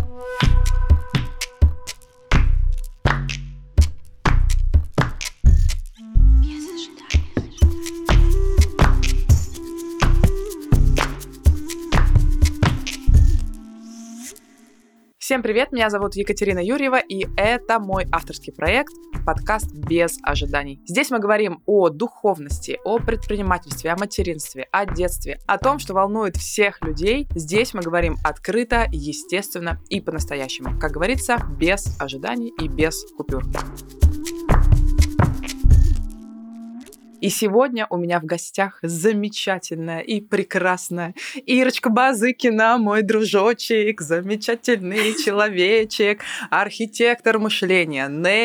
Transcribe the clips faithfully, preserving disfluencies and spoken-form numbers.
Всем привет, меня зовут Екатерина Юрьева, и это мой авторский проект «Подкаст без ожиданий». Здесь мы говорим о духовности, о предпринимательстве, о материнстве, о детстве, о том, что волнует всех людей. Здесь мы говорим открыто, естественно и по-настоящему. Как говорится, без ожиданий и без купюр. И сегодня у меня в гостях замечательная и прекрасная Ирочка Базыкина, мой дружочек, замечательный человечек, архитектор мышления,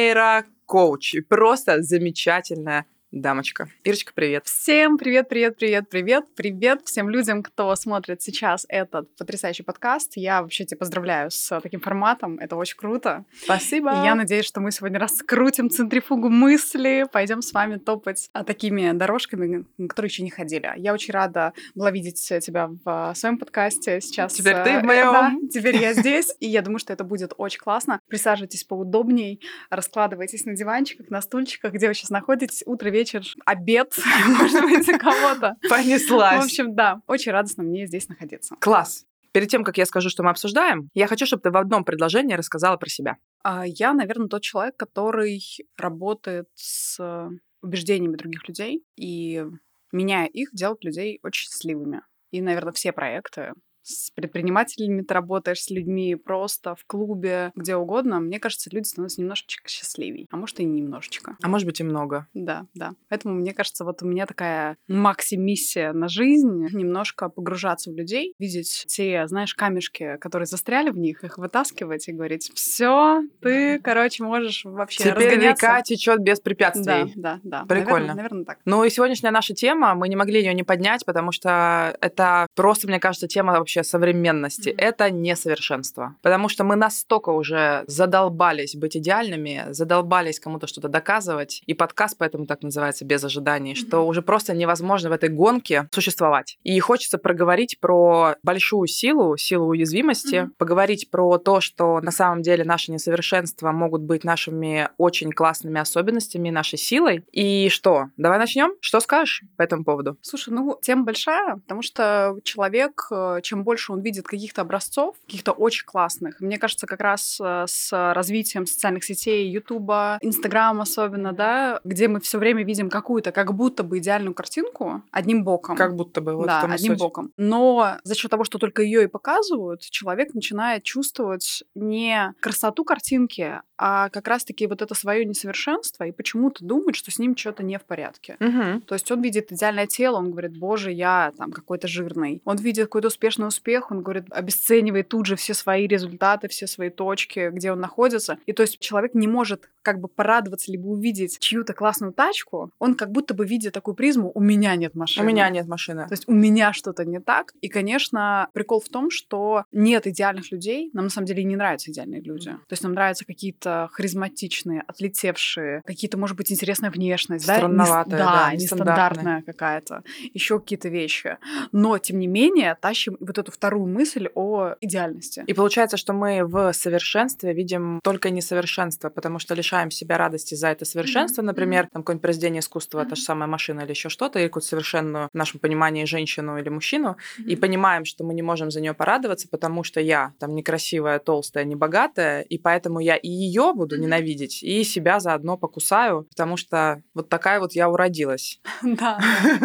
нейрокоуч, просто замечательная дамочка. Ирочка, привет. Всем привет, привет, привет, привет, привет всем людям, кто смотрит сейчас этот потрясающий подкаст. Я вообще тебя поздравляю с таким форматом, это очень круто. Спасибо. И я надеюсь, что мы сегодня раскрутим центрифугу мысли, пойдем с вами топать такими дорожками, на которые еще не ходили. Я очень рада была видеть тебя в своем подкасте сейчас. Теперь ты в моем. Да, теперь я здесь, и я думаю, что это будет очень классно. Присаживайтесь поудобней, раскладывайтесь на диванчиках, на стульчиках, где вы сейчас находитесь, утро, вечер, обед, может быть, у кого-то. Понеслась. В общем, да, очень радостно мне здесь находиться. Класс. Перед тем, как я скажу, что мы обсуждаем, я хочу, чтобы ты в одном предложении рассказала про себя. Я, наверное, тот человек, который работает с убеждениями других людей и, меняя их, делает людей очень счастливыми. И, наверное, все проекты с предпринимателями ты работаешь, с людьми просто в клубе, где угодно. Мне кажется, люди становятся немножечко счастливее. А может, и не немножечко. А может быть, и много. Да, да. Поэтому, мне кажется, вот у меня такая макси-миссия на жизнь — немножко погружаться в людей, видеть те, знаешь, камешки, которые застряли в них, их вытаскивать и говорить: все, ты, короче, можешь вообще Теперь разгоняться. река течет без препятствий. Да, да, да. Прикольно. Наверное, наверное, так. Ну и сегодняшняя наша тема, мы не могли ее не поднять, потому что это просто, мне кажется, тема вообще современности. Mm-hmm. Это несовершенство. Потому что мы настолько уже задолбались быть идеальными, задолбались кому-то что-то доказывать, и подкаст поэтому так называется «Без ожиданий», mm-hmm. что уже просто невозможно в этой гонке существовать. И хочется проговорить про большую силу, силу уязвимости, mm-hmm. поговорить про то, что на самом деле наши несовершенства могут быть нашими очень классными особенностями, нашей силой. И что? Давай начнем. Что скажешь по этому поводу? Слушай, ну, тема большая, потому что человек, чем больше он видит каких-то образцов, каких-то очень классных. Мне кажется, как раз с развитием социальных сетей, Ютуба, Инстаграма особенно, да, где мы все время видим какую-то как будто бы идеальную картинку одним боком. Как будто бы. Вот да, в том и одним суть. боком. Но за счет того, что только ее и показывают, человек начинает чувствовать не красоту картинки, а как раз-таки вот это свое несовершенство, и почему-то думает, что с ним что-то не в порядке. Угу. То есть он видит идеальное тело, он говорит: боже, я там какой-то жирный. Он видит какой-то успешный успех, он говорит, обесценивает тут же все свои результаты, все свои точки, где он находится. И то есть человек не может как бы порадоваться либо увидеть чью-то классную тачку, он как будто бы видит такую призму: у меня нет машины. У меня нет машины. То есть у меня что-то не так. И, конечно, прикол в том, что нет идеальных людей. Нам на самом деле не нравятся идеальные люди. То есть нам нравятся какие-то харизматичные, отлетевшие, какие-то, может быть, интересная внешность. Странноватая, да? да, Да, нестандартная какая-то. Еще какие-то вещи. Но, тем не менее, тащим вот эту вторую мысль о идеальности. И получается, что мы в совершенстве видим только несовершенство, потому что лишаем себя радости за это совершенство, mm-hmm. например, там какое-нибудь произведение искусства, mm-hmm. та же самая машина или еще что-то, или какую-то совершенную в нашем понимании женщину или мужчину, mm-hmm. и понимаем, что мы не можем за нее порадоваться, потому что я там некрасивая, толстая, небогатая, и поэтому я и ее буду mm-hmm. ненавидеть, и себя заодно покусаю, потому что вот такая вот я уродилась. Да.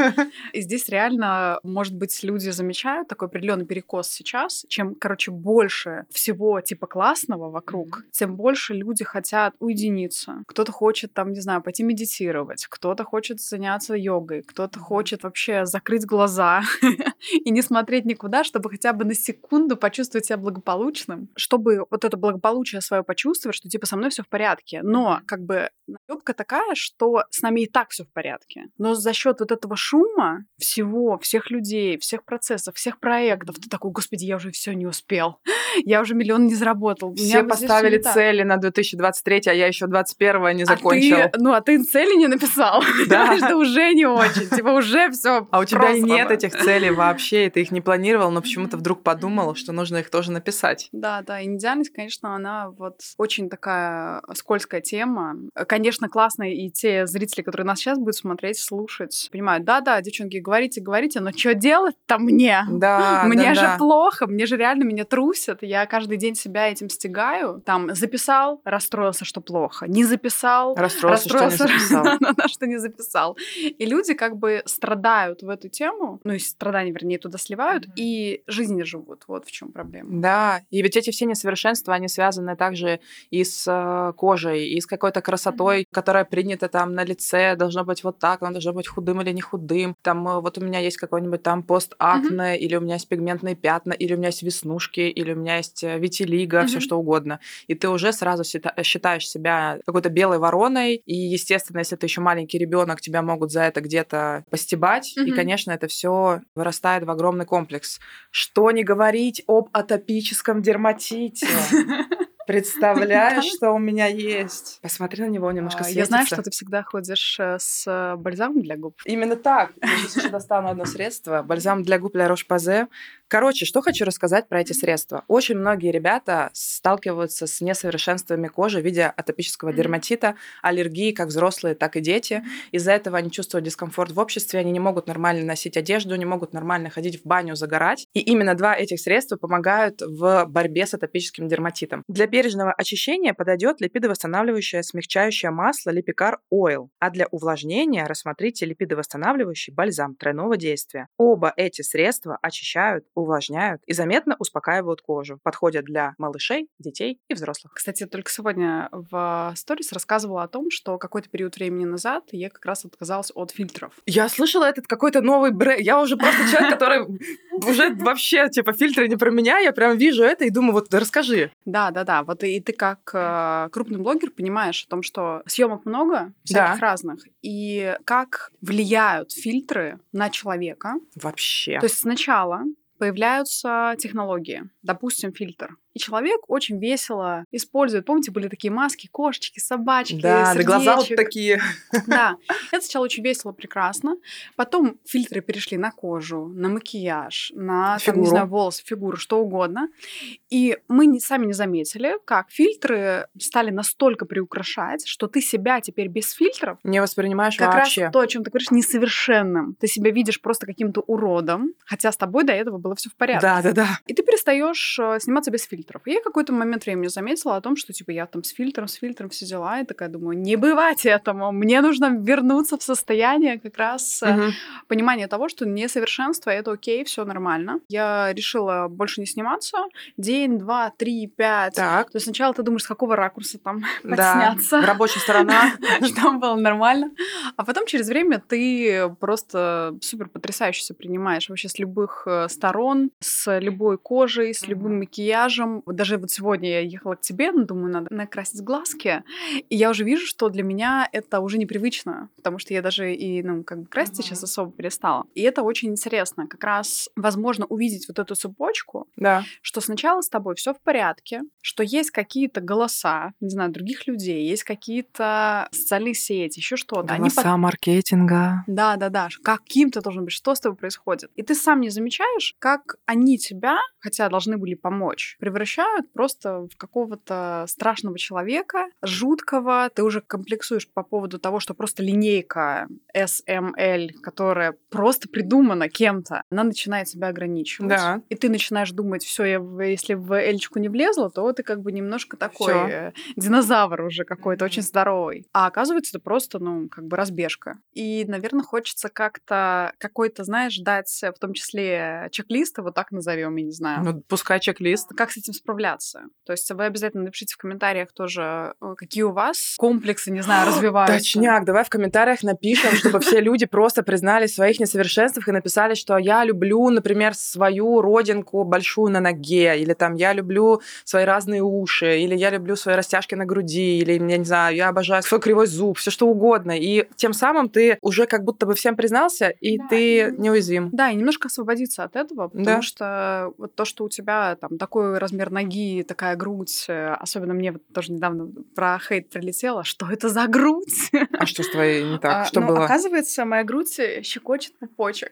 И здесь реально, может быть, люди замечают такой определенный перекос сейчас. Чем, короче, больше всего типа классного вокруг, mm-hmm. тем больше люди хотят уединиться. Кто-то хочет там, не знаю, пойти медитировать, кто-то хочет заняться йогой, кто-то mm-hmm. хочет вообще закрыть глаза и не смотреть никуда, чтобы хотя бы на секунду почувствовать себя благополучным, чтобы вот это благополучие свое почувствовать, что типа со мной все в порядке. Но как бы Ёбка такая, что с нами и так все в порядке. Но за счет вот этого шума всего, всех людей, всех процессов, всех проектов, ты такой, господи, я уже все не успел. Я уже миллион не заработал. Все поставили цели на две тысячи двадцать третий, а я еще двадцать первого не закончил. А ты, ну, а ты цели не написал. Да. Это уже не очень. Типа уже все. А у тебя и нет этих целей вообще, и ты их не планировал, но почему-то вдруг подумал, что нужно их тоже написать. Да, да. И идеальность, конечно, она вот очень такая скользкая тема. Конечно, классно, и те зрители, которые нас сейчас будут смотреть, слушать, понимают, да-да, девчонки, говорите, говорите, но что делать-то мне? Да, мне да, же да. плохо, мне же реально меня трусят. Я каждый день себя этим стягаю. Там записал, расстроился, что плохо. Не записал, расстроился, расстроился, что не записал. на что не записал. И люди как бы страдают в эту тему, ну, и страдания, вернее, туда сливают, mm-hmm. и жизнь не живут. Вот в чем проблема. Да, и ведь эти все несовершенства, они связаны также и с э, кожей, и с какой-то красотой, mm-hmm. которая принята там на лице, должно быть вот так, оно должно быть худым или не худым. Там э, вот у меня есть какой-нибудь там пост-акне, mm-hmm. или у меня есть пигментные пятна, или у меня есть веснушки, или у меня есть витилиго, mm-hmm. все что угодно. И ты уже сразу считаешь себя какой-то белой вороной, и, естественно, если ты еще маленький ребенок, тебя могут за это где-то постебать, mm-hmm. и, конечно, это все вырастает в огромный комплекс. Что не говорить об атопическом дерматите? Представляешь, что у меня есть? Посмотри на него, он немножко светится. Я знаю, что ты всегда ходишь с бальзамом для губ. Именно так. Я сейчас еще достану одно средство. Бальзам для губ Ля Рош-Посay. Короче, что хочу рассказать про эти средства. Очень многие ребята сталкиваются с несовершенствами кожи в виде атопического дерматита, аллергии, как взрослые, так и дети. Из-за этого они чувствуют дискомфорт в обществе, они не могут нормально носить одежду, не могут нормально ходить в баню, загорать. И именно два этих средства помогают в борьбе с атопическим дерматитом. Для бережного очищения подойдет липидовосстанавливающее смягчающее масло Липикар Ойл, а для увлажнения рассмотрите липидовосстанавливающий бальзам тройного действия. Оба эти средства очищают, увлажняют и заметно успокаивают кожу. Подходят для малышей, детей и взрослых. Кстати, только сегодня в сторис рассказывала о том, что какой-то период времени назад я как раз отказалась от фильтров. Я слышала этот какой-то новый бренд. Я уже просто человек, который уже вообще, типа, фильтры не про меня. Я прям вижу это и думаю, вот расскажи. Да, да, да. Вот и ты как э, крупный блогер понимаешь о том, что съемок много, всяких да. разных, и как влияют фильтры на человека. Вообще. То есть сначала появляются технологии, допустим, фильтр. И человек очень весело использует. Помните, были такие маски, кошечки, собачки, да, сердечек. Да, глаза вот такие. Да, это сначала очень весело, прекрасно. Потом фильтры перешли на кожу, на макияж, на, там, не знаю, волосы, фигуру, что угодно. И мы не, сами не заметили, как фильтры стали настолько приукрашать, что ты себя теперь без фильтров не воспринимаешь как вообще. Как раз то, о чем ты говоришь, несовершенным. Ты себя видишь просто каким-то уродом, хотя с тобой до этого было все в порядке. Да, да, да. И ты перестаешь сниматься без фильтров. И я какой-то момент времени заметила о том, что типа я там с фильтром, с фильтром все дела, и такая думаю, не бывать этому. Мне нужно вернуться в состояние как раз угу. понимания того, что несовершенство — это окей, все нормально. Я решила больше не сниматься. День, два, три, пять. Так. То есть сначала ты думаешь, с какого ракурса там да. подсняться. Рабочая сторона. Чтобы было нормально. А потом через время ты просто супер потрясающе все принимаешь вообще с любых сторон, с любой кожей, с любым макияжем. Даже вот сегодня я ехала к тебе, но думаю, надо накрасить глазки, и я уже вижу, что для меня это уже непривычно, потому что я даже и, ну, как бы краситься uh-huh. сейчас особо перестала. И это очень интересно. Как раз возможно увидеть вот эту цепочку, да. что сначала с тобой все в порядке, что есть какие-то голоса, не знаю, других людей, есть какие-то социальные сети, еще что-то. Голоса Они под... маркетинга. Да, да, да. Каким-то должен быть, что с тобой происходит. И ты сам не замечаешь, как они тебя, хотя должны были помочь, превращают просто в какого-то страшного человека, жуткого. Ты уже комплексуешь по поводу того, что просто линейка эс эм эль, которая просто придумана кем-то, она начинает себя ограничивать. Да. И ты начинаешь думать, все, я если в эльчику не влезла, то ты как бы немножко такой Всё. динозавр уже какой-то, mm-hmm. очень здоровый. А оказывается, это просто, ну, как бы разбежка. И, наверное, хочется как-то какой-то, знаешь, дать в том числе чек-лист чек-лист, его так назовем, я не знаю. Ну, пускай чек-лист. Как с этим справляться? То есть вы обязательно напишите в комментариях тоже, какие у вас комплексы, не знаю, развиваются. Точняк, давай в комментариях напишем, чтобы все люди просто признались в своих несовершенствах и написали, что я люблю, например, свою родинку большую на ноге, или там я люблю свои разные уши, или я люблю свои растяжки на груди, или, я не знаю, я обожаю свой кривой зуб, все что угодно. И тем самым ты уже как будто бы всем признался, и да, ты неуязвим. Да, и немножко освободиться от этого, потому да. что вот то, что у тебя там такой размер ноги, такая грудь, особенно мне вот тоже недавно про хейт прилетело, что это за грудь? А что с твоей не так? А, что ну, было? Оказывается, моя грудь щекочет пупочек.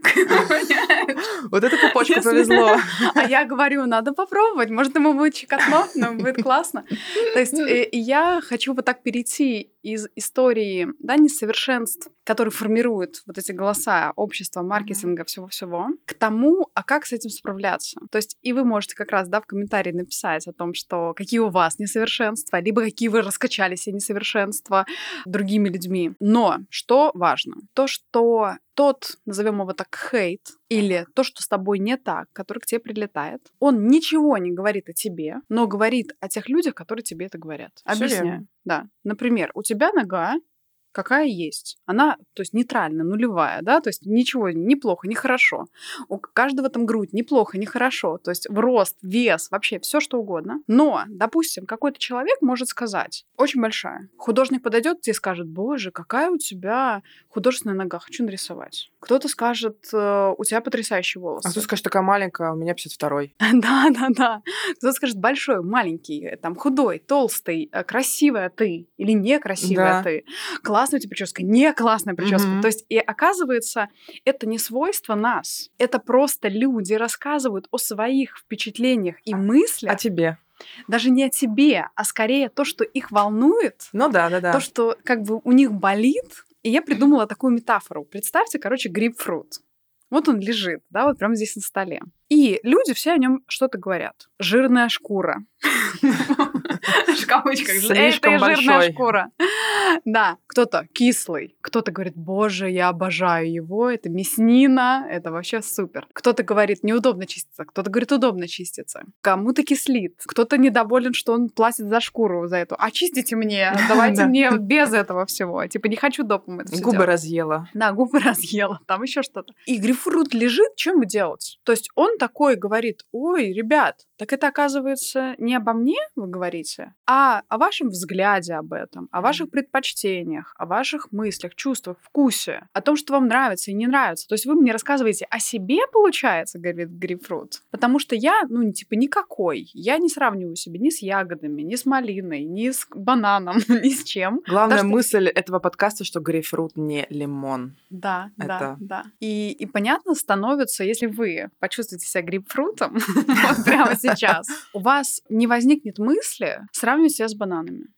Вот это пупочку повезло. А я говорю, надо попробовать, может, ему будет щекотно, но будет классно. То есть я хочу вот так перейти из истории, да, несовершенств, которые формируют вот эти голоса общества, маркетинга, всего-всего, к тому, а как с этим справляться. То есть и вы можете как раз, да, в комментарии написать о том, что какие у вас несовершенства, либо какие вы раскачали все несовершенства другими людьми. Но что важно? То, что тот, назовем его так, хейт, или то, что с тобой не так, который к тебе прилетает, он ничего не говорит о тебе, но говорит о тех людях, которые тебе это говорят. Объясняю. Да. Например, у тебя нога какая есть. Она, то есть, нейтральная, нулевая, да, то есть ничего, ни плохо, ни хорошо. У каждого там грудь неплохо, не хорошо, то есть в рост, вес, вообще все что угодно. Но, допустим, какой-то человек может сказать, очень большая. Художник подойдет и скажет, боже, какая у тебя художественная нога, хочу нарисовать. Кто-то скажет, у тебя потрясающие волосы. А кто скажет, такая маленькая, у меня пятьдесят второй. Да, да, да. Кто-то скажет, большой, маленький, там, худой, толстый, красивая ты или некрасивая ты. Классная у тебя прическа, не классная прическа. Mm-hmm. То есть, и оказывается, это не свойство нас. Это просто люди рассказывают о своих впечатлениях и мыслях. О тебе. Даже не о тебе, а скорее то, что их волнует. Ну да, да, да. То, что как бы у них болит. И я придумала такую метафору. Представьте, короче, грейпфрут. Вот он лежит, да, вот прямо здесь на столе. И люди все о нем что-то говорят. Жирная шкура. В кавычках. Слишком большой. Жирная шкура. Да, кто-то кислый, кто-то говорит, боже, я обожаю его, это мяснина, это вообще супер. Кто-то говорит, неудобно чиститься, кто-то говорит, удобно чиститься. Кому-то кислит, кто-то недоволен, что он платит за шкуру, за эту. Очистите мне, давайте мне без этого всего. Типа, не хочу допом это всё Губы делать. разъела. Да, губы разъела, там еще что-то. И грейпфрут лежит, что ему делать? То есть он такой говорит, ой, ребят, так это, оказывается, не обо мне вы говорите, а о вашем взгляде об этом, о ваших предпочтениях, о ваших мыслях, чувствах, вкусе, о том, что вам нравится и не нравится. То есть вы мне рассказываете о себе, получается, говорит грейпфрут. Потому что я, ну, типа, никакой. Я не сравниваю себя ни с ягодами, ни с малиной, ни с бананом, ни с чем. Главная Потому что... мысль этого подкаста, что грейпфрут не лимон. Да, это... да, да. И, и понятно становится, если вы почувствуете себя грейпфрутом прямо сейчас, у вас не возникнет мысли сравнивать себя с бананами.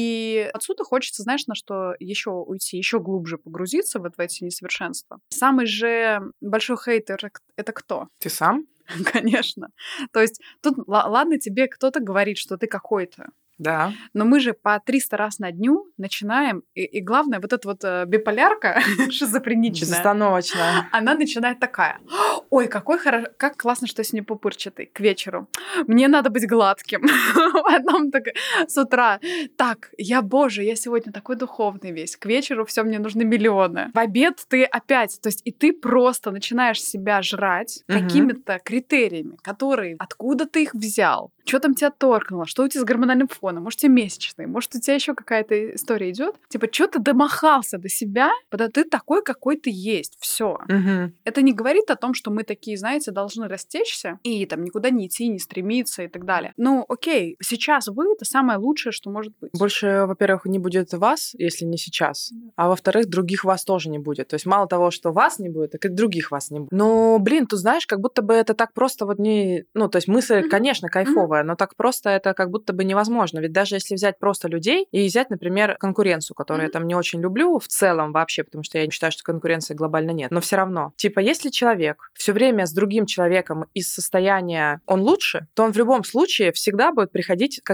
И отсюда хочется, знаешь, на что еще уйти, еще глубже погрузиться вот в эти несовершенства. Самый же большой хейтер — это кто? Ты сам? Конечно. То есть тут, ладно, тебе кто-то говорит, что ты какой-то. Да. Но мы же по триста раз на дню начинаем, и, и главное, вот эта вот э, биполярка шизофреничная, безостановочная, она начинает такая, ой, какой хоро... как классно, что я сегодня пупырчатый к вечеру. Мне надо быть гладким. Потом так с утра, так, я, боже, я сегодня такой духовный весь. К вечеру все мне нужны миллионы. В обед ты опять, то есть и ты просто начинаешь себя жрать угу. какими-то критериями, которые, откуда ты их взял, что там тебя торкнуло, что у тебя с гормональным фоном, может, у тебя месячные, может, у тебя еще какая-то история идет. Типа, что ты домахался до себя, потому что ты такой, какой ты есть. Все. Угу. Это не говорит о том, что мы такие, знаете, должны растечься и там никуда не идти, не стремиться и так далее. Ну, окей, сейчас вы — это самое лучшее, что может быть. Больше, во-первых, не будет вас, если не сейчас, да. А во-вторых, других вас тоже не будет. То есть мало того, что вас не будет, так и других вас не будет. Но, блин, ты знаешь, как будто бы это так просто вот не... Ну, то есть мысль, mm-hmm. конечно, кайфовая, mm-hmm. но так просто это как будто бы невозможно. Ведь даже если взять просто людей и взять, например, конкуренцию, которую mm-hmm. я там не очень люблю в целом вообще, потому что я считаю, что конкуренции глобально нет, но все равно. Типа, если человек все время с другим человеком из состояния он лучше, то он в любом случае всегда будет приходить как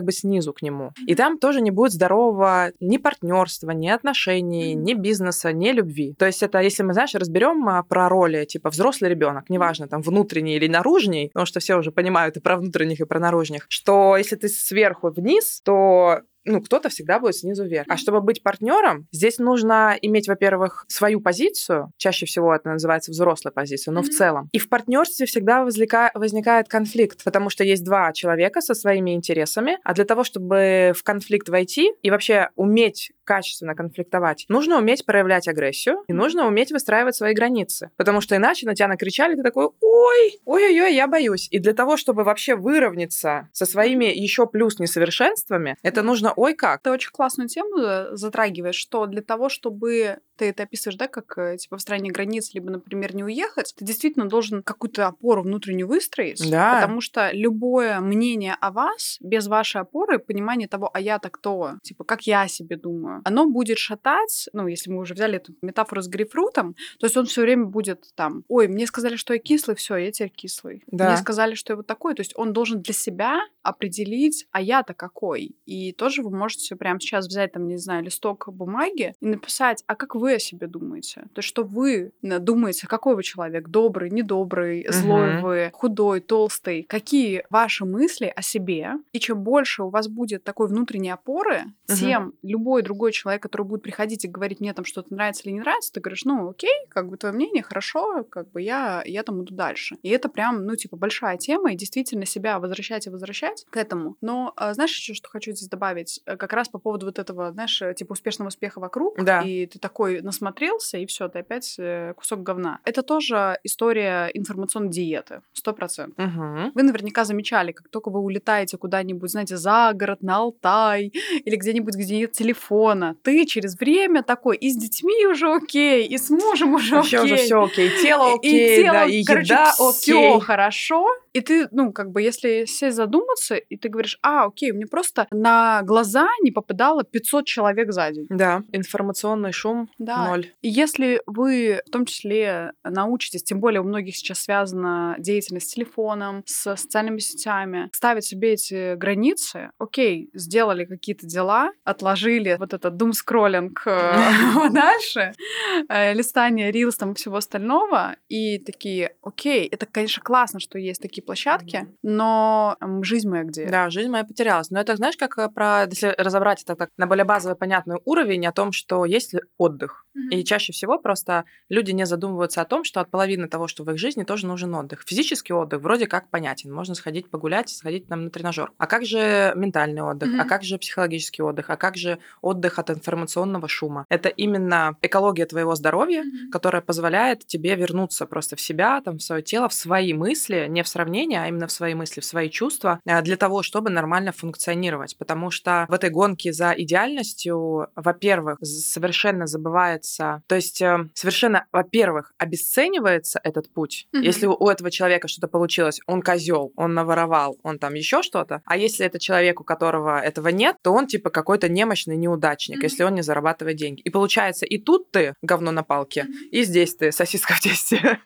бы снизу к нему. И там тоже не будет здорового ни партнерства, ни отношений, ни бизнеса, ни любви. То есть это, если мы, знаешь, разберем про роли, типа взрослый ребенок, неважно, там, внутренний или наружный, потому что все уже понимают и про внутренних, и про наружных, что если ты сверху вниз, то ну, кто-то всегда будет снизу вверх. А чтобы быть партнером, здесь нужно иметь, во-первых, свою позицию, чаще всего это называется взрослая позиция, но mm-hmm. в целом. И в партнерстве всегда возлика... возникает конфликт, потому что есть два человека со своими интересами, а для того, чтобы в конфликт войти и вообще уметь качественно конфликтовать, нужно уметь проявлять агрессию и нужно уметь выстраивать свои границы, потому что иначе на тебя накричали, ты такой, ой, ой-ой-ой, я боюсь. И для того, чтобы вообще выровняться со своими еще плюс несовершенствами, это нужно ой как. Ты очень классную тему затрагиваешь, что для того, чтобы ты это описываешь, да, как типа в стране границ, либо, например, не уехать, ты действительно должен какую-то опору внутреннюю выстроить, да. потому что любое мнение о вас без вашей опоры, понимания того, а я-то кто, типа, как я о себе думаю, оно будет шатать, ну, если мы уже взяли эту метафору с грейпфрутом, то есть он все время будет там, ой, мне сказали, что я кислый, все, я теперь кислый. Да. Мне сказали, что я вот такой, то есть он должен для себя определить, а я-то какой. И тоже вы можете прямо сейчас взять, там, не знаю, листок бумаги и написать, а как вы о себе думаете? То есть что вы думаете, какой вы человек? Добрый, недобрый, uh-huh. злой вы, худой, толстый? Какие ваши мысли о себе? И чем больше у вас будет такой внутренней опоры, uh-huh. тем любой другой человек, который будет приходить и говорить, мне там что-то нравится или не нравится, ты говоришь, ну, окей, как бы твое мнение, хорошо, как бы я, я там иду дальше. И это прям, ну, типа, большая тема, и действительно себя возвращать и возвращать к этому. Но а, знаешь еще, что хочу здесь добавить? Как раз по поводу вот этого, знаешь, типа успешного успеха вокруг, да. и ты такой насмотрелся, и все, ты опять кусок говна. Это тоже история информационной диеты, сто процентов. Угу. Вы наверняка замечали, как только вы улетаете куда-нибудь, знаете, за город, на Алтай, или где-нибудь, где нет телефона, ты через время такой, и с детьми уже окей, и с мужем уже Вообще окей. уже все окей, тело окей, и тело, да, и короче, еда все окей. хорошо. И ты, ну, как бы, если сесть задуматься, и ты говоришь, а, окей, мне просто на глаза не попадало пятьсот человек за день. Да, информационный шум да. ноль. И если вы в том числе научитесь, тем более у многих сейчас связана деятельность с телефоном, с социальными сетями, ставить себе эти границы, окей, сделали какие-то дела, отложили вот этот думскроллинг дальше, листание рилс там и всего остального, и такие, окей, это, конечно, классно, что есть такие площадки, но жизнь моя где? Да, жизнь моя потерялась. Но это, знаешь, как про, если разобрать это так на более базовый, понятный уровень, о том, что есть отдых. Mm-hmm. И чаще всего просто люди не задумываются о том, что от половины того, что в их жизни, тоже нужен отдых. Физический отдых вроде как понятен. Можно сходить погулять, сходить там на тренажер. А как же ментальный отдых? Mm-hmm. А как же психологический отдых? А как же отдых от информационного шума? Это именно экология твоего здоровья, mm-hmm. которая позволяет тебе вернуться просто в себя, там, в свое тело, в свои мысли, не в сравнение, а именно в свои мысли, в свои чувства, для того, чтобы нормально функционировать. Потому что в этой гонке за идеальностью, во-первых, совершенно забывается, то есть совершенно, во-первых, обесценивается этот путь. Mm-hmm. Если у этого человека что-то получилось, он козел, он наворовал, он там еще что-то. А если это человек, у которого этого нет, то он типа какой-то немощный неудачник, mm-hmm. если он не зарабатывает деньги. И получается, и тут ты говно на палке, mm-hmm. и здесь ты сосиска в тесте.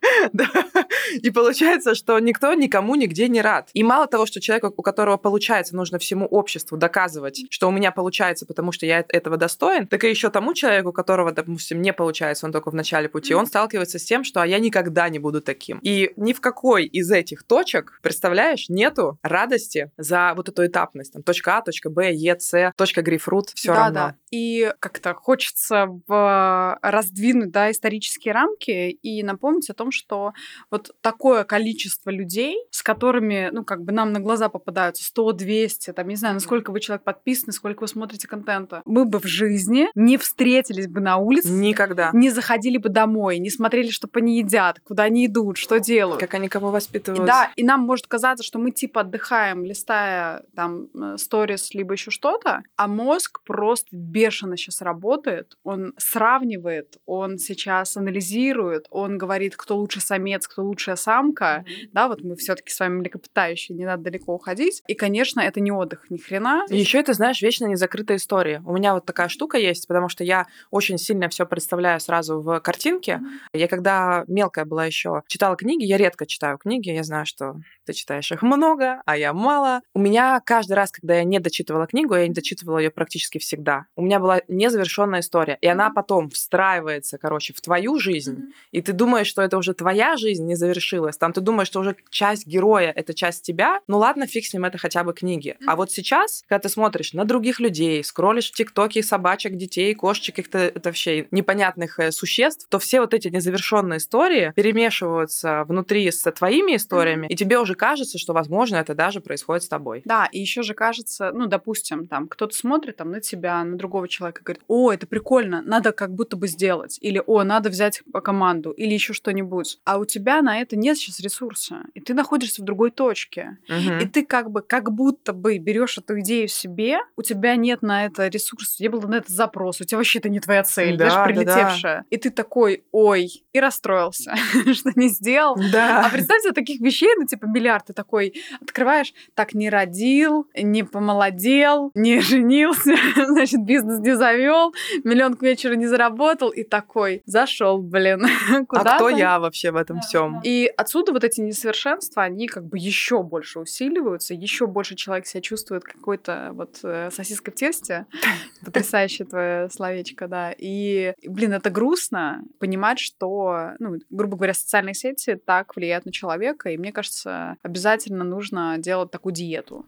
И получается, что никто никому нигде не рад. И мало того, что человеку, у которого получается, нужно всему обществу доказывать, что у меня получается, потому что я этого достоин, так и еще тому человеку, у которого, допустим, не получается, он только в начале пути, он сталкивается с тем, что а я никогда не буду таким. И ни в какой из этих точек, представляешь, нету радости за вот эту этапность. Там, точка А, точка Б, Е, С, точка грейпфрут, все да, равно. Да. И как-то хочется в... раздвинуть, да, исторические рамки и напомнить о том, что вот такое количество людей, с которыми, ну, как бы нам на глаза попадаются сто двести, там, не знаю, насколько вы человек подписаны, сколько вы смотрите контента, мы бы в жизни не встретились бы на улице. Никогда. Не заходили бы домой, не смотрели, что они едят, куда они идут, что делают. Как они кого воспитывают. Да, и нам может казаться, что мы типа отдыхаем, листая там сторис, либо еще что-то, а мозг просто бешено сейчас работает, он сравнивает, он сейчас анализирует, он говорит, кто лучше самец, кто лучше высшая самка, mm-hmm. да, вот мы все-таки с вами млекопитающие, не надо далеко уходить. И, конечно, это не отдых, ни хрена. И еще это, знаешь, вечно незакрытая история. У меня вот такая штука есть, потому что я очень сильно все представляю сразу в картинке. Mm-hmm. Я когда мелкая была еще читала книги, я редко читаю книги, я знаю, что ты читаешь их много, а я мало. У меня каждый раз, когда я не дочитывала книгу, я не дочитывала ее практически всегда. У меня была незавершенная история, и она потом встраивается, короче, в твою жизнь, mm-hmm. и ты думаешь, что это уже твоя жизнь не завершилась. Там ты думаешь, что уже часть героя — это часть тебя. Ну ладно, фиг с ним, это хотя бы книги. Mm-hmm. А вот сейчас, когда ты смотришь на других людей, скроллишь в ТикТоке собачек, детей, кошечек, каких-то это вообще непонятных существ, то все вот эти незавершенные истории перемешиваются внутри с твоими историями, mm-hmm. и тебе уже кажется, что, возможно, это даже происходит с тобой. Да, и еще же кажется, ну, допустим, там кто-то смотрит там, на тебя, на другого человека, говорит: о, это прикольно, надо как будто бы сделать, или о, надо взять команду, или еще что-нибудь. А у тебя на это нет сейчас ресурса, и ты находишься в другой точке. Mm-hmm. И ты как бы, как будто бы берешь эту идею себе, у тебя нет на это ресурса, не было на это запрос, у тебя вообще это не твоя цель, да, знаешь, прилетевшая. Да, да. И ты такой: ой, и расстроился, что не сделал. Да. А представь себе таких вещей, ну, типа, миллиард, ты такой открываешь, так не родил, не помолодел, не женился, значит, бизнес не завел, миллион к вечеру не заработал, и такой зашел, блин, куда-то. А кто я вообще в этом да, всем? Да. И отсюда вот эти несовершенства, они как бы еще больше усиливаются, еще больше человек себя чувствует какой-то вот сосиской в тесте. Потрясающее твое словечко, да. И, блин, это грустно понимать, что, ну, грубо говоря, социальные сети так влияют на человека, и мне кажется, обязательно нужно делать такую диету.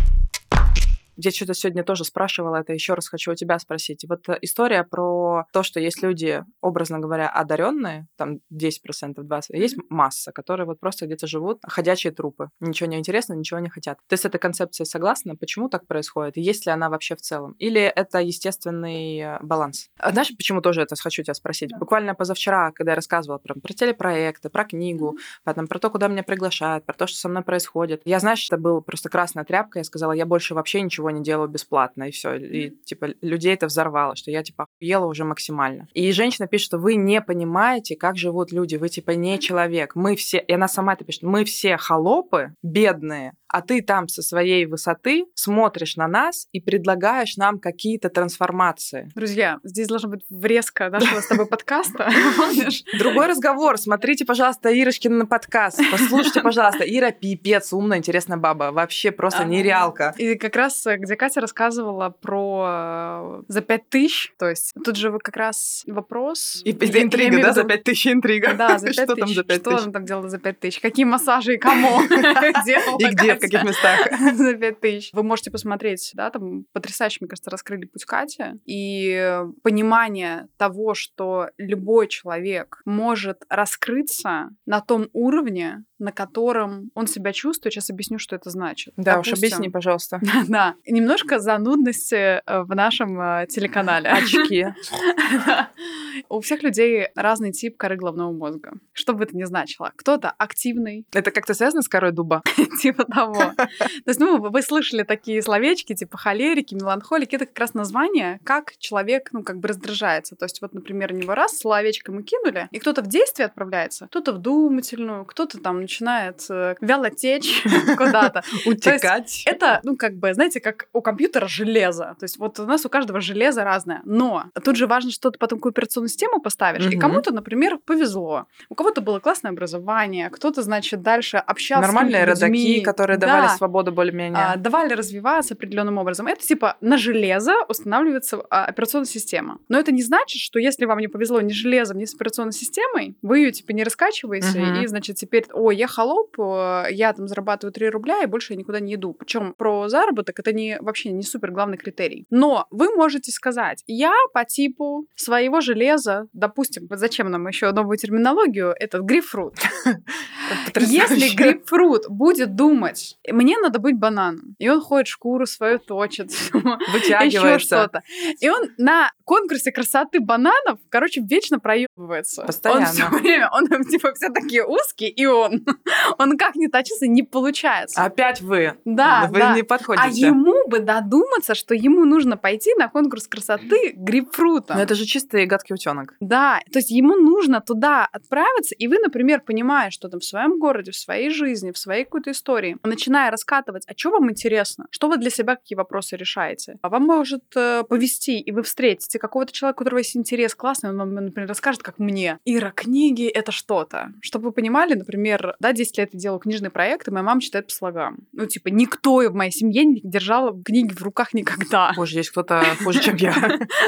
Я что-то сегодня тоже спрашивала это, еще раз хочу у тебя спросить. Вот история про то, что есть люди, образно говоря, одаренные, там десять процентов, двадцать процентов, есть масса, которые вот просто где-то живут, ходячие трупы. Ничего не интересно, ничего не хотят. Ты с этой концепцией согласна? Почему так происходит? И есть ли она вообще в целом? Или это естественный баланс? А знаешь, почему тоже это хочу тебя спросить? Да. Буквально позавчера, когда я рассказывала про, про телепроекты, про книгу, mm-hmm. потом, про то, куда меня приглашают, про то, что со мной происходит. Я, знаешь, это была просто красная тряпка. Я сказала, я больше вообще ничего не делаю бесплатно, и все. И, типа, людей это взорвало, что я, типа, охуела уже максимально. И женщина пишет, что вы не понимаете, как живут люди, вы, типа, не человек. Мы все, и она сама это пишет, мы все холопы, бедные, а ты там со своей высоты смотришь на нас и предлагаешь нам какие-то трансформации. Друзья, здесь должна быть врезка нашего с тобой подкаста. Другой разговор. Смотрите, пожалуйста, Ирочкин подкаст. Послушайте, пожалуйста. Ира пипец, умная, интересная баба. Вообще просто нереалка. И как раз, где Катя рассказывала про за пять тысяч, то есть тут же как раз вопрос... И интрига, да? За пять тысяч интрига. Да, за пять тысяч. Что там за пять тысяч? Что она там делала за пять тысяч? Какие массажи и кому делала? И где, в каких местах? За пять тысяч. Вы можете посмотреть, да, там потрясающе, мне кажется, раскрыли путь Кати. И понимание того, что любой человек может раскрыться на том уровне, на котором он себя чувствует. Сейчас объясню, что это значит. Да, Допустим, уж объясни, пожалуйста. Да, немножко занудности в нашем телеканале. Очки. У всех людей разный тип коры головного мозга. Что бы это ни значило. Кто-то активный. Это как-то связано с корой дуба? Типа того. То есть, ну, вы слышали такие словечки, типа холерики, меланхолики. Это как раз название, как человек, ну, как бы раздражается. То есть, вот, например, у него раз словечко мы кинули, и кто-то в действие отправляется, кто-то в думательную, кто-то там начинает вяло течь куда-то. Утекать. Это, ну, как бы, знаете, как у компьютера железо. То есть, вот у нас у каждого железо разное. Но тут же важно, что ты потом какую операционную систему поставишь. И кому-то, например, повезло. У кого-то было классное образование, кто-то, значит, дальше общался Нормальные с людьми. родаки, которые да. давали свободу более-менее. А, давали развиваться определенным образом. Это типа на железо устанавливается а, операционная система. Но это не значит, что если вам не повезло ни с железом, ни с операционной системой, вы ее типа не раскачиваете, uh-huh. и, значит, теперь, ой, я холоп, я там зарабатываю три рубля, и больше я никуда не иду. Причем про заработок это не, вообще не супер главный критерий. Но вы можете сказать, я по типу своего железа, допустим, зачем нам еще новую терминологию, этот грейпфрут. Если грейпфрут будет думать, мне надо быть бананом, и он ходит, шкуру свою точит, вытягивается, еще что-то, и он на конкурсе красоты бананов, короче, вечно проебывается. Постоянно. Он все время, он типа все такие узкие, и он, он как не точится, не получается. Опять вы. Да, Вы да. не подходите. А ему бы додуматься, что ему нужно пойти на конкурс красоты грейпфрута. Но это же чистый гадкий утенок. Да, то есть ему нужно туда отправиться, и вы, например, понимая, что там в своем городе, в своей жизни, в своей какой-то истории, начиная раскатывать, а что вам интересно? Что вы для себя, какие вопросы решаете? А вам может э, повести, и вы встретите какого-то человека, у которого есть интерес классный, он вам, например, расскажет, как мне. Ира, книги — это что-то. Чтобы вы понимали, например, да, десять лет я делала книжный проект, и моя мама читает по слогам. Ну, типа, никто в моей семье не держала книги в руках никогда. Боже, есть кто-то хуже, чем я.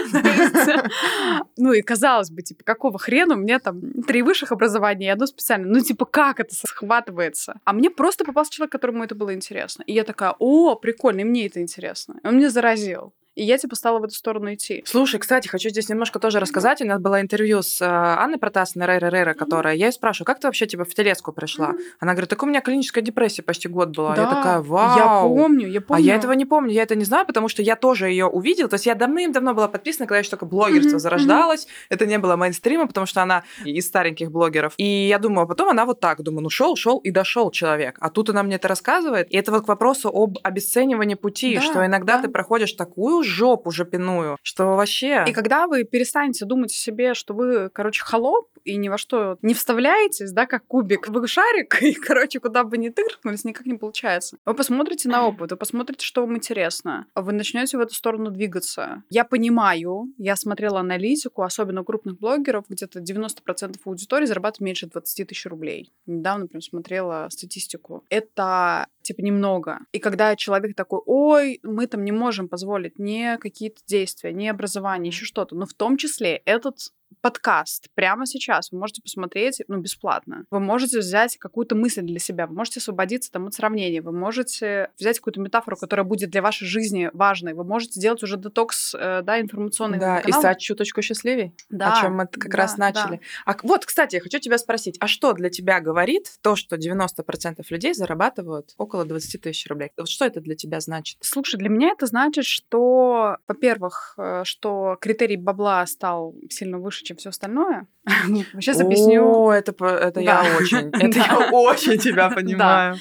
Ну, и казалось бы, типа, какого хрена у меня там три высших образования и одно специальное. Ну, типа, как это схватывается? А мне просто попался человек, которому это было интересно. И я такая: о, прикольно, и мне это интересно. И он меня заразил. И я, типа, стала в эту сторону идти. Слушай, кстати, хочу здесь немножко тоже рассказать. У нас было интервью с Анной Протасовной, Рейра Рейра, которая... Я ее спрашиваю, как ты вообще, типа, в телеску пришла? Она говорит, так у меня клиническая депрессия почти год была. Да, я такая: вау. Я помню, я помню. А я этого не помню, я это не знаю, потому что я тоже ее увидела. То есть я давным-давно была подписана, когда еще только блогерство mm-hmm. зарождалось. Mm-hmm. Это не было мейнстрима, потому что она из стареньких блогеров. И я думаю, а потом она вот так. Думаю, ну шел, шел и дошел человек. А тут она мне это рассказывает. И это вот к вопросу об обесценивании пути, да, что иногда да. ты проходишь такую жопу жопину, что вообще... И когда вы перестанете думать о себе, что вы, короче, холоп, и ни во что не вставляетесь, да, как кубик, вы шарик, и, короче, куда бы ни тыркнулись, никак не получается. Вы посмотрите на опыт, вы посмотрите, что вам интересно, вы начнете в эту сторону двигаться. Я понимаю, я смотрела аналитику, особенно у крупных блогеров, где-то девяносто процентов аудитории зарабатывает меньше двадцать тысяч рублей. Недавно, например, смотрела статистику. Это типа немного. И когда человек такой: ой, мы там не можем позволить ни какие-то действия, ни образование, еще что-то, но в том числе этот подкаст прямо сейчас вы можете посмотреть, ну, бесплатно. Вы можете взять какую-то мысль для себя, вы можете освободиться там от сравнения, вы можете взять какую-то метафору, которая будет для вашей жизни важной, вы можете сделать уже детокс, э, да, информационный да, канал. И стать чуточку счастливее, да, о чем мы как да, раз начали. Да. А вот, кстати, я хочу тебя спросить, а что для тебя говорит то, что девяносто процентов людей зарабатывают около двадцать тысяч рублей? Вот что это для тебя значит? Слушай, для меня это значит, что, во-первых, что критерий бабла стал сильно выше, чем все остальное. Сейчас объясню. О, это, это я очень, это я очень тебя понимаю.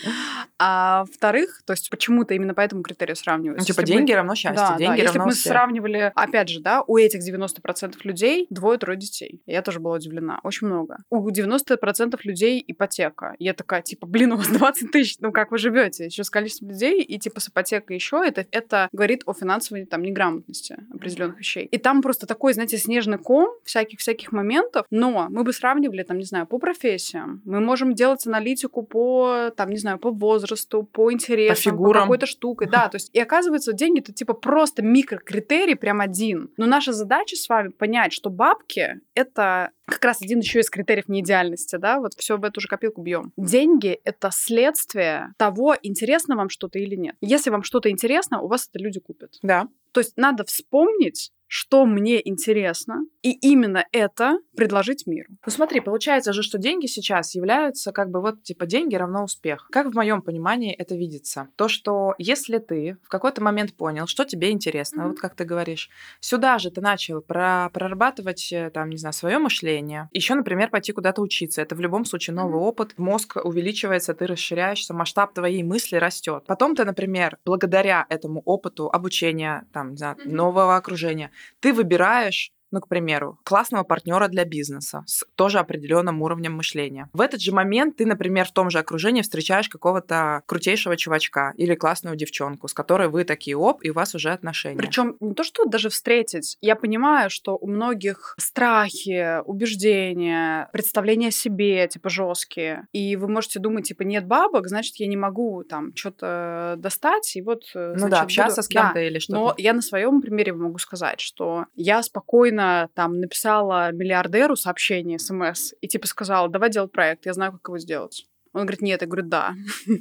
А во-вторых, то есть почему-то именно по этому критерию сравниваются. Ну, типа деньги равно счастье, деньги равно Если бы мы успех. сравнивали, опять же, да, у этих девяносто процентов людей двое-трое детей. Я тоже была удивлена. Очень много. У девяносто процентов людей ипотека. Я такая, типа, блин, у вас двадцать тысяч, ну как вы живете? Еще с количеством людей и типа с ипотекой еще. Это, это говорит о финансовой там неграмотности определенных вещей. И там просто такой, знаете, снежный ком всяких-всяких моментов. Но мы бы сравнивали, там, не знаю, по профессиям. Мы можем делать аналитику по, там, не знаю, по возрасту, по интересам, по, по какой-то штуке. Да, то есть, и оказывается, деньги — это типа просто микрокритерий, прям один. Но наша задача с вами понять, что бабки — это как раз один еще из критериев неидеальности, да, вот все в эту же копилку бьем. Деньги — это следствие того, интересно вам что-то или нет. Если вам что-то интересно, у вас это люди купят. Да. То есть надо вспомнить, что мне интересно, и именно это предложить миру. Ну смотри, получается же, что деньги сейчас являются как бы вот типа деньги равно успех. Как в моем понимании это видится? То, что если ты в какой-то момент понял, что тебе интересно, mm-hmm. вот как ты говоришь, сюда же ты начал про- прорабатывать, там, не знаю, свое мышление, еще, например, пойти куда-то учиться. Это в любом случае новый mm-hmm. опыт, мозг увеличивается, ты расширяешься, масштаб твоей мысли растет. Потом ты, например, благодаря этому опыту обучения, там, не знаю, mm-hmm. нового окружения, ты выбираешь, ну, к примеру, классного партнера для бизнеса с тоже определенным уровнем мышления. В этот же момент ты, например, в том же окружении встречаешь какого-то крутейшего чувачка или классную девчонку, с которой вы такие оп, и у вас уже отношения. Причем не то, что даже встретить. Я понимаю, что у многих страхи, убеждения, представления о себе, типа, жесткие. И вы можете думать, типа, нет бабок, значит, я не могу там что-то достать, и вот, ну значит, да, общаться буду... с кем-то да. или что-то. Но я на своем примере могу сказать, что я спокойно там написала миллиардеру сообщение, смс, и типа сказала: давай делать проект, я знаю, как его сделать. Он Он говорит, нет. Я говорю, да.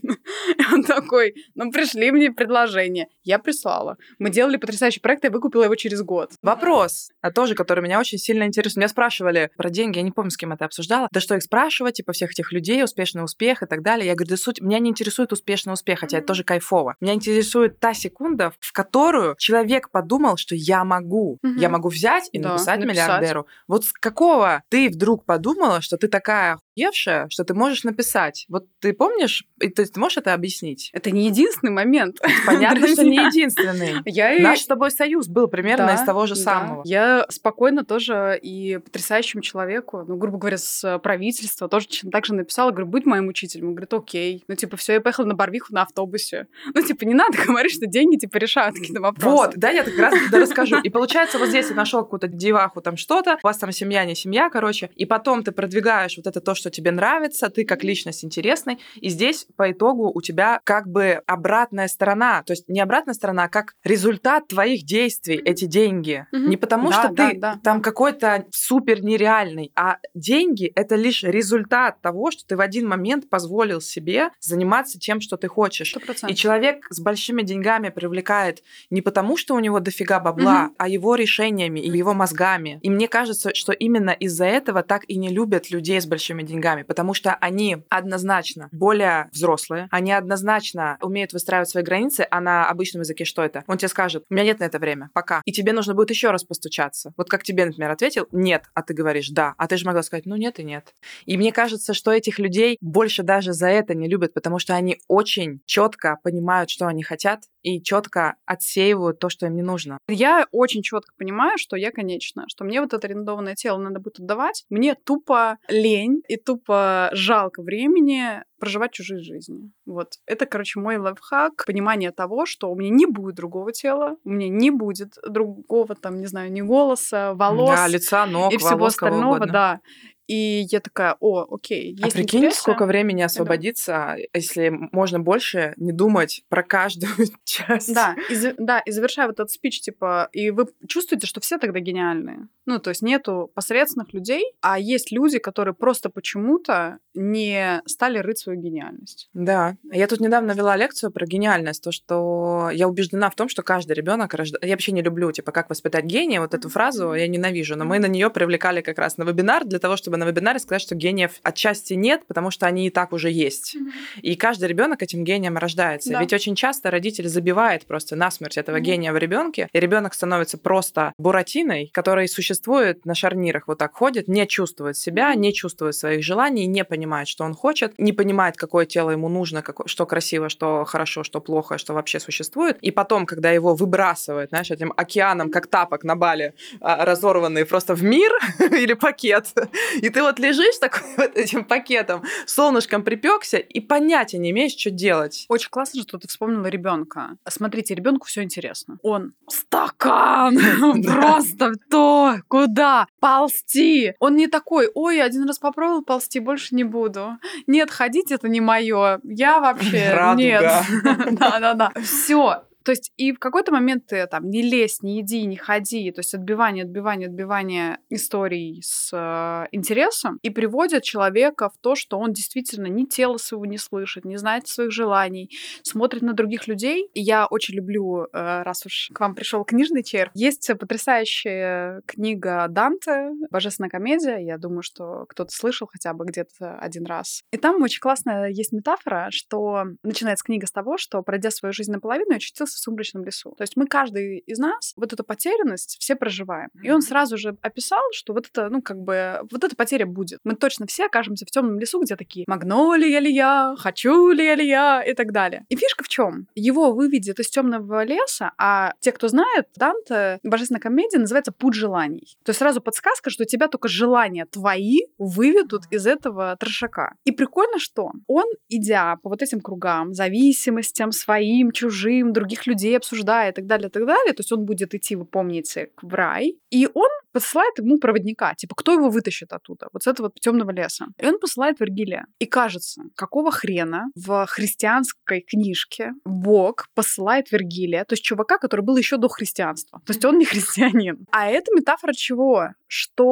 Он такой, ну, пришли мне предложение. Я прислала. Мы делали потрясающий проект, я выкупила его через год. Вопрос, а тоже, который меня очень сильно интересует. Меня спрашивали про деньги, я не помню, с кем это обсуждала. Да что их спрашивать, типа всех этих людей, успешный успех и так далее. Я говорю, да суть, меня не интересует успешный успех, хотя это тоже кайфово. Меня интересует та секунда, в которую человек подумал, что я могу. Мгм. Я могу взять и Да, написать написать. миллиардеру. Вот с какого ты вдруг подумала, что ты такая охуевшая, что ты можешь написать? Вот ты помнишь, и ты, ты можешь это объяснить? Это не единственный момент. Понятно, что не Друзья. единственный. Я и- Наш с тобой союз был примерно Да, из того же да. самого. Я спокойно тоже и потрясающему человеку, ну, грубо говоря, с правительства тоже точно так же написала, говорю, будь моим учителем. Он говорит, окей. Ну, типа, все, я поехала на Барвиху на автобусе. Ну, типа, не надо говорить, что деньги, типа, решают какие-то вопросы. Вот, да, я как раз да, расскажу. И получается, вот здесь ты нашел какую-то деваху, там что-то, у вас там семья, не семья, короче, и потом ты продвигаешь вот это то, что тебе нравится, ты как личность интересный, и здесь по итогу у тебя как бы обратная сторона, то есть не обратная сторона, а как результат твоих действий, эти деньги. Мгм. Не потому, Да, что да, ты да, там да. какой-то супер нереальный, а деньги — это лишь результат того, что ты в один момент позволил себе заниматься тем, что ты хочешь. Сто И процентов. человек с большими деньгами привлекает не потому, что у него дофига бабла, Мгм. а его решениями и его мозгами. И мне кажется, что именно из-за этого так и не любят людей с большими деньгами, потому что они однозначно более взрослые, они однозначно умеют выстраивать свои границы, а на обычном языке что это? Он тебе скажет, у меня нет на это время, пока. И тебе нужно будет еще раз постучаться. Вот как тебе, например, ответил, нет, а ты говоришь, да. А ты же могла сказать, ну нет и нет. И мне кажется, что этих людей больше даже за это не любят, потому что они очень четко понимают, что они хотят, и четко отсеивают то, что им не нужно. Я очень четко понимаю, что я конечна, что мне вот это арендованное тело надо будет отдавать. Мне тупо лень и тупо жалко времени проживать чужие жизни. Вот. Это, короче, мой лайфхак. Понимание того, что у меня не будет другого тела, у меня не будет другого, там, не знаю, ни голоса, волос Да, лица, ног, и всего волос, кого остального, угодно. да. И я такая, о, окей, А есть прикинь, интересы. сколько времени освободится, если можно больше не думать про каждую часть. Да, и, за- да, и завершая вот этот спич, типа, и вы чувствуете, что все тогда гениальные. Ну, то есть нету посредственных людей, а есть люди, которые просто почему-то не стали рыть свою гениальность. Да. Я тут недавно вела лекцию про гениальность, то, что я убеждена в том, что каждый ребенок рождается... Я вообще не люблю, типа, как воспитать гения, вот эту фразу я ненавижу, но мы на нее привлекали как раз на вебинар для того, чтобы на вебинаре сказать, что гениев отчасти нет, потому что они и так уже есть. И каждый ребенок этим гением рождается. Да. Ведь очень часто родитель забивает просто насмерть этого Мгм. гения в ребенке, и ребенок становится просто буратиной, который существует на шарнирах, вот так ходит, не чувствует себя, не чувствует своих желаний, не понимает, что он хочет, не понимает, какое тело ему нужно, какое, что красиво, что хорошо, что плохо, что вообще существует. И потом, когда его выбрасывают, знаешь, этим океаном, как тапок на Бали, а, разорванный просто в мир или пакет, и ты вот лежишь такой вот этим пакетом, солнышком припекся и понятия не имеешь, что делать. Очень классно, что ты вспомнила ребенка. Смотрите, ребенку все интересно. Он стакан, просто то, куда ползти. Он не такой, ой, один раз попробовал ползти, больше не буду. Нет, ходить это не мое. Я вообще Радуга. нет. Да-да-да. Все. То есть и в какой-то момент ты там не лезь, не иди, не ходи. То есть отбивание, отбивание, отбивание историй с э, интересом и приводит человека в то, что он действительно ни тело своего не слышит, не знает своих желаний, смотрит на других людей. И я очень люблю, э, раз уж к вам пришел книжный червь, есть потрясающая книга Данте «Божественная комедия». Я думаю, что кто-то слышал хотя бы где-то один раз. И там очень классная есть метафора, что начинается книга с того, что, пройдя свою жизнь наполовину, я очутился в сумрачном лесу. То есть мы, каждый из нас, вот эту потерянность все проживаем. И он сразу же описал, что вот это, ну, как бы, вот эта потеря будет. Мы точно все окажемся в темном лесу, где такие «Магнолия ли я? Хочу ли я ли я?» и так далее. И фишка в чем? Его выведет из темного леса, а те, кто знает, Данте, «Божественная комедия» называется «Путь желаний». То есть сразу подсказка, что тебя только желания твои выведут из этого трешака. И прикольно, что он, идя по вот этим кругам, зависимостям своим, чужим, других людей обсуждая и так далее, и так далее, то есть он будет идти, вы помните, в рай, и он посылает ему проводника, типа, кто его вытащит оттуда, вот с этого темного леса. И он посылает Вергилия. И кажется, какого хрена в христианской книжке Бог посылает Вергилия, то есть чувака, который был еще до христианства. То есть он не христианин. А это метафора чего? Что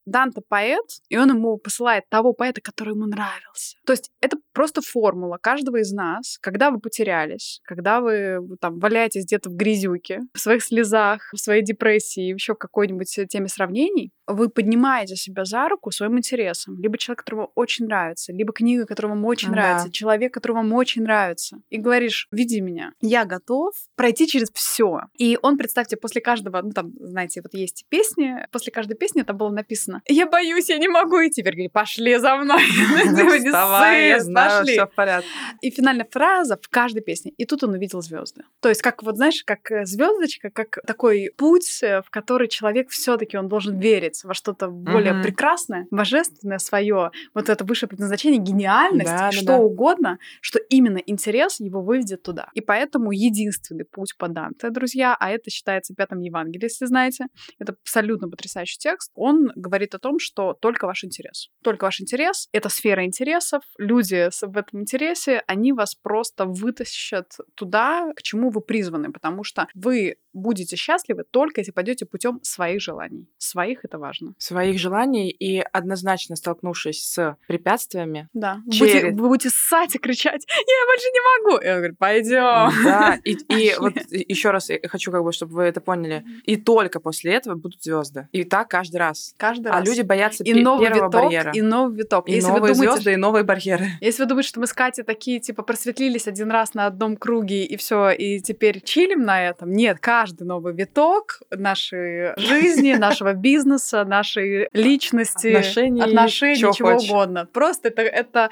Данте поэт, и он ему посылает того поэта, который ему нравился. То есть это просто формула каждого из нас, когда вы потерялись, когда вы там валяетесь где-то в грязюке, в своих слезах, в своей депрессии, еще в какой-нибудь теме сравнений, вы поднимаете себя за руку своим интересом. Либо человек, который вам очень нравится, либо книга, которая вам очень Да. нравится, человек, который вам очень нравится. И говоришь: веди меня. Я готов пройти через все. И он, представьте, после каждого, ну там, знаете, вот есть песни, после каждой песни это было написано: я боюсь, я не могу идти. Теперь говорит: пошли за мной. Вставай, я знаю, все в порядке. И финальная фраза в каждой песне. И тут он увидел звезды. То есть, как вот, знаешь, как звездочка, как такой путь, в который человек все-таки он должен верить во что-то более Мгм. прекрасное, божественное свое, вот это высшее предназначение, гениальность, Да, да, что да. угодно, что именно интерес его выведет туда. И поэтому единственный путь по Данте, друзья, а это считается пятым Евангелием, если знаете, это абсолютно потрясающий текст, он говорит о том, что только ваш интерес. Только ваш интерес — это сфера интересов, люди с- в этом интересе, они вас просто вытащат туда, к чему вы призваны, потому что вы будете счастливы только если пойдете путем своих желаний. Своих — это важно. Своих желаний и однозначно столкнувшись с препятствиями. Да. Вы Через- будете, вы будете ссать и кричать: я больше не могу. И он говорит: пойдем. Да, и, и Пошли. вот еще раз я хочу, как бы, чтобы вы это поняли. И только после этого будут звезды. И так каждый раз. Каждый А раз. люди боятся И пе- новый первого виток, барьера. и новый виток. И Если новые вы думаете, звезды, и новые барьеры. Если вы думаете, что мы с Катей такие, типа, просветлились один раз на одном круге, и все, и теперь чилим на этом, нет, каждый новый виток нашей жизни, нашего бизнеса, нашей личности, Отношений, отношений, чё чего хочешь. угодно. Просто это, это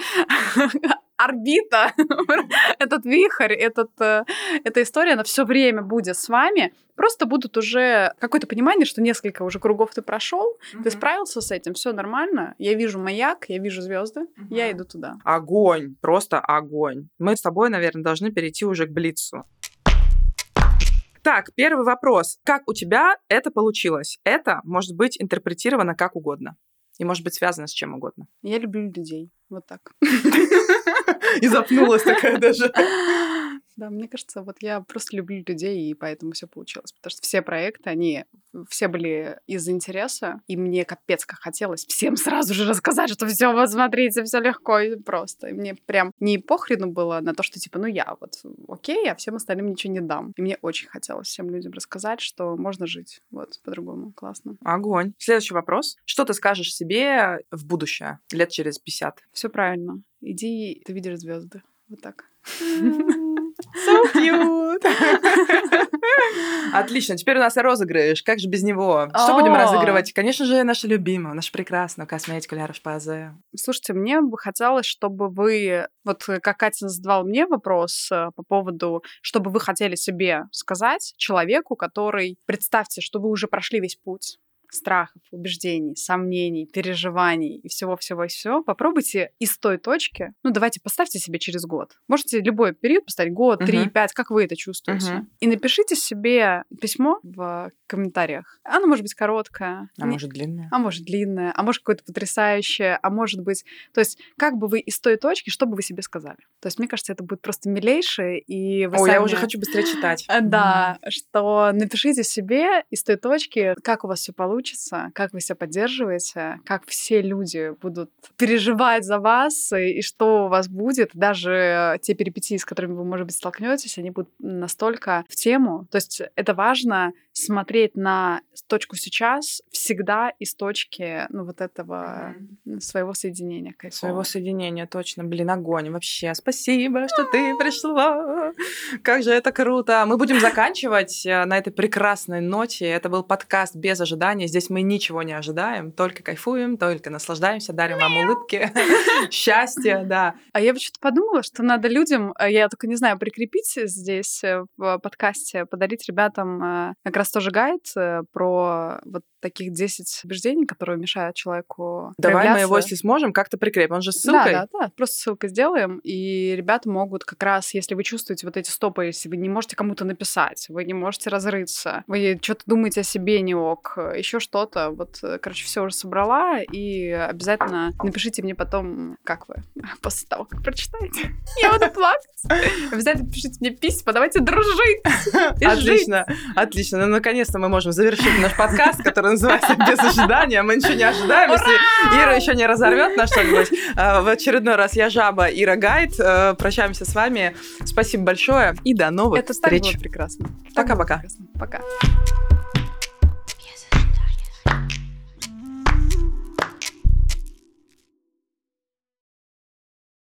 орбита, этот вихрь, этот, э, эта история, она все время будет с вами. Просто будут уже какое-то понимание, что несколько уже кругов ты прошел, ты справился с этим, все нормально. Я вижу маяк, я вижу звезды, я иду туда. Огонь, просто огонь. Мы с тобой, наверное, должны перейти уже к блицу. Так, первый вопрос. Как у тебя это получилось? Это может быть интерпретировано как угодно. И может быть связано с чем угодно. Я люблю людей. Вот так. И запнулась такая даже. Да, мне кажется, вот я просто люблю людей, и поэтому все получилось. Потому что все проекты, они все были из интереса, и мне капец как хотелось всем сразу же рассказать, что все, вот смотрите, все легко и просто. И мне прям не похрену было на то, что типа, ну я вот окей, а всем остальным ничего не дам. И мне очень хотелось всем людям рассказать, что можно жить вот по-другому. Классно. Огонь. Следующий вопрос. Что ты скажешь себе в будущее, лет через пятьдесят? Все правильно. Иди, ты видишь звезды. Вот так. So cute. Отлично. Теперь у нас розыгрыш. Как же без него? Что будем О! разыгрывать? Конечно же, нашу любимую, нашу прекрасную косметику Ля Рош-Посay. Слушайте, мне бы хотелось, чтобы вы, вот как Катя задавала мне вопрос э, по поводу, что бы вы хотели себе сказать человеку, который, представьте, что вы уже прошли весь путь страхов, убеждений, сомнений, переживаний и всего-всего-всего, попробуйте из той точки, ну, давайте поставьте себе через год. Можете любой период поставить, год, три, Мгм. пять, как вы это чувствуете. Мгм. И напишите себе письмо в комментариях. Оно может быть короткое, А не- может, длинная? а может длинное, а может какое-то потрясающее, а может быть... То есть как бы вы из той точки, что бы вы себе сказали? То есть мне кажется, это будет просто милейшее, и вы О, сами... я уже хочу быстрее читать. Э, Да, что напишите себе из той точки, как у вас все получится, как вы себя поддерживаете, как все люди будут переживать за вас, и, и что у вас будет. Даже те перипетии, с которыми вы, может быть, столкнетесь, они будут настолько в тему. То есть это важно смотреть на точку сейчас всегда из точки, ну, вот этого своего соединения кайфового. Своего соединения, точно. Блин, огонь. Вообще, спасибо, что ты пришла. Как же это круто. Мы будем заканчивать э, на этой прекрасной ноте. Это был подкаст без ожидания. Здесь мы ничего не ожидаем, только кайфуем, только наслаждаемся, дарим вам улыбки, счастье, да. А я почему-то подумала, что надо людям, э, я только не знаю, прикрепить здесь э, в подкасте, подарить ребятам э, как раз тоже гайд э, про вот таких десять убеждений, которые мешают человеку Давай мы проявляться. его, если сможем, как-то прикрепим. Он же с ссылкой. Да, да, да, просто ссылкой сделаем, и ребята могут как раз, если вы чувствуете вот эти стопы, если вы не можете кому-то написать, вы не можете разрыться, вы что-то думаете о себе не ок, еще еще что-то. Вот, короче, все уже собрала, и обязательно напишите мне потом, как вы, после того, как прочитаете. Я буду плакать. Обязательно пишите мне письма, давайте дружить и Отлично, жить. отлично. Ну, наконец-то мы можем завершить наш подкаст, который называется «Без ожидания». Мы ничего не ожидаем, если Ира еще не разорвет на что-нибудь. В очередной раз я Жаба, Ира Гайд. Прощаемся с вами. Спасибо большое и до новых Это встреч. так было прекрасно. Пока-пока. Пока.